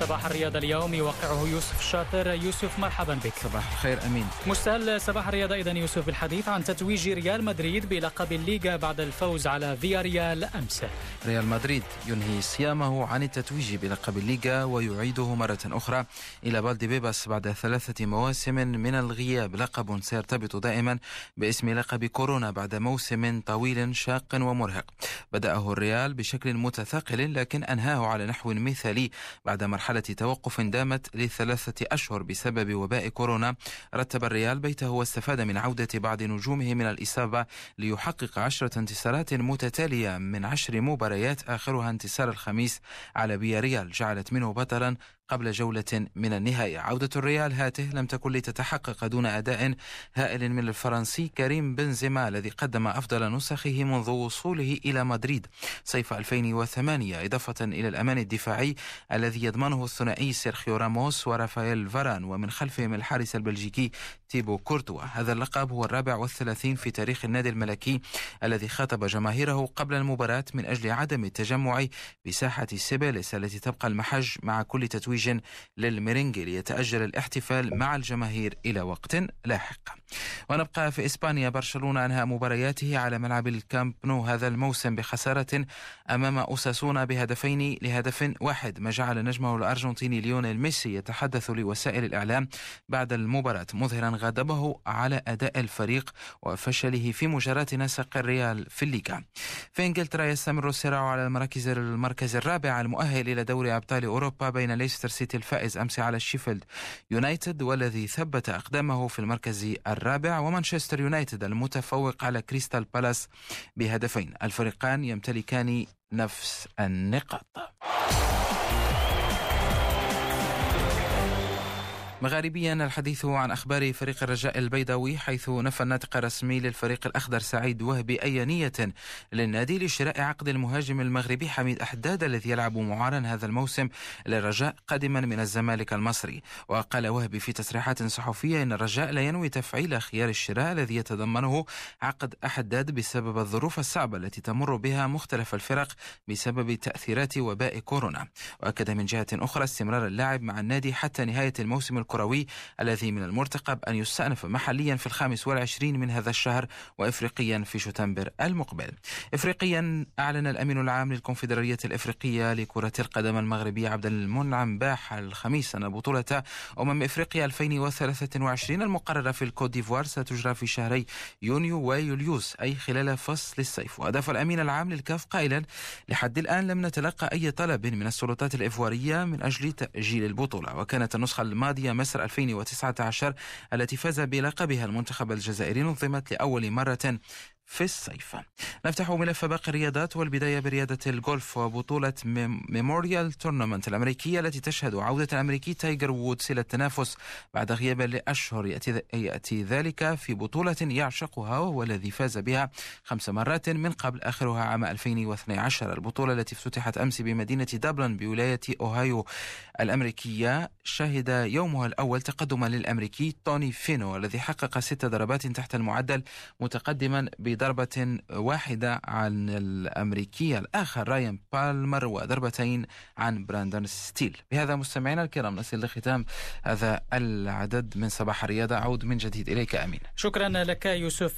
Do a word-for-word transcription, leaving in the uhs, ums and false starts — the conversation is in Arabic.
صباح الرياضة اليوم يوقعه يوسف الشاطر. يوسف مرحبا بك. صباح الخير أمين. مستهل صباح الرياضة إذن يوسف بالحديث عن تتويج ريال مدريد بلقب الليغا بعد الفوز على فياريال أمس. ريال مدريد ينهي صيامه عن التتويج بلقب الليغا ويعيده مرة أخرى إلى فالديبيباس بعد ثلاثة مواسم من الغياب، لقب سيرتبط دائما باسم لقب كورونا بعد موسم طويل شاق ومرهق. بدأه الريال بشكل متثاقل لكن أنهاه على نحو مثالي بعد مرحلة توقف دامت لثلاثة أشهر بسبب وباء كورونا. رتب الريال بيته واستفاد من عودة بعض نجومه من الإصابة ليحقق عشرة انتصارات متتالية من عشر مباريات، آخرها انتصار الخميس على فياريال جعلت منه بطلا قبل جولة من النهاية. عودة الريال هاته لم تكن لتتحقق دون أداء هائل من الفرنسي كريم بنزيما الذي قدم أفضل نسخه منذ وصوله إلى مدريد صيف ألفين وثمانية، إضافة إلى الأمان الدفاعي الذي يضمنه الثنائي سيرخيو راموس ورافائيل فاران، ومن خلفهم الحارس البلجيكي تيبو كورتوا. هذا اللقب هو الرابع والثلاثين في تاريخ النادي الملكي الذي خاطب جماهيره قبل المباراة من أجل عدم التجمع بساحة سيبيليس التي تبقى المحج مع كل تتويج للميرينجي ليتأجل الاحتفال مع الجماهير إلى وقت لاحق. ونبقى في إسبانيا. برشلونة أنهى مبارياته على ملعب الكامب نو هذا الموسم بخسارة أمام أوساسونا بهدفين لهدف واحد، ما جعل نجمه الأرجنتيني ليونيل ميسي يتحدث لوسائل الإعلام بعد المباراة مظهرا غضبه على أداء الفريق وفشله في مجاراة نسق الريال في الليغا. في إنجلترا يستمر الصراع على المراكز المركز الرابع المؤهل إلى دوري أبطال أوروبا بين ليستر سيتي الفائز أمس على شيفيلد يونايتد والذي ثبت أقدامه في المركز الرابع، ومانشستر يونايتد المتفوق على كريستال بالاس بهدفين. الفريقان يمتلكان نفس النقاط. مغاربيا الحديث عن أخبار فريق الرجاء البيضاوي، حيث نفى الناطق الرسمي للفريق الأخضر سعيد وهبي أي نية للنادي لشراء عقد المهاجم المغربي حميد أحداد الذي يلعب معارا هذا الموسم للرجاء قادما من الزمالك المصري. وقال وهبي في تصريحات صحفية إن الرجاء لا ينوي تفعيل خيار الشراء الذي يتضمنه عقد أحداد بسبب الظروف الصعبة التي تمر بها مختلف الفرق بسبب تأثيرات وباء كورونا. وأكد من جهة أخرى استمرار اللاعب مع النادي حتى نهاية الموسم الكروي الذي من المرتقب أن يستأنف محليا في الخامس والعشرين من هذا الشهر وإفريقيا في شتنبر المقبل. إفريقيا أعلن الأمين العام للكونفدرالية الإفريقية لكرة القدم المغربية عبد المنعم باح الخميس أن بطولة أمم إفريقيا ألفين وثلاثة وعشرين المقررة في الكوت ديفوار ستجرى في شهري يونيو ويوليوز أي خلال فصل الصيف. وأضاف الأمين العام للكاف قائلا لحد الآن لم نتلقى أي طلب من السلطات الإيفوارية من أجل تأجيل البطولة. وكانت النسخة الماضية مصر ألفين وتسعة عشر التي فاز بلقبها المنتخب الجزائري نظمت لأول مرة في الصيف. نفتح ملف باقي الرياضات والبداية برياضة الجولف وبطولة ميموريال تورنمنت الأمريكية التي تشهد عودة الأمريكي تايجر وودز إلى التنافس بعد غياب لأشهر. يأتي, يأتي ذلك في بطولة يعشقها وهو الذي فاز بها خمس مرات من قبل، آخرها عام ألفين واثني عشر. البطولة التي افتتحت أمس بمدينة دبلن بولاية أوهايو الأمريكية شهد يومها الأول تقدما للأمريكي توني فينو الذي حقق ست ضربات تحت المعدل متقدما بضربة واحدة عن الأمريكي الآخر رايان بالمر وضربتين عن براندون ستيل. بهذا مستمعينا الكرام نصل لختام هذا العدد من صباح الرياضة. أعود من جديد إليك أمين. شكرا لك يوسف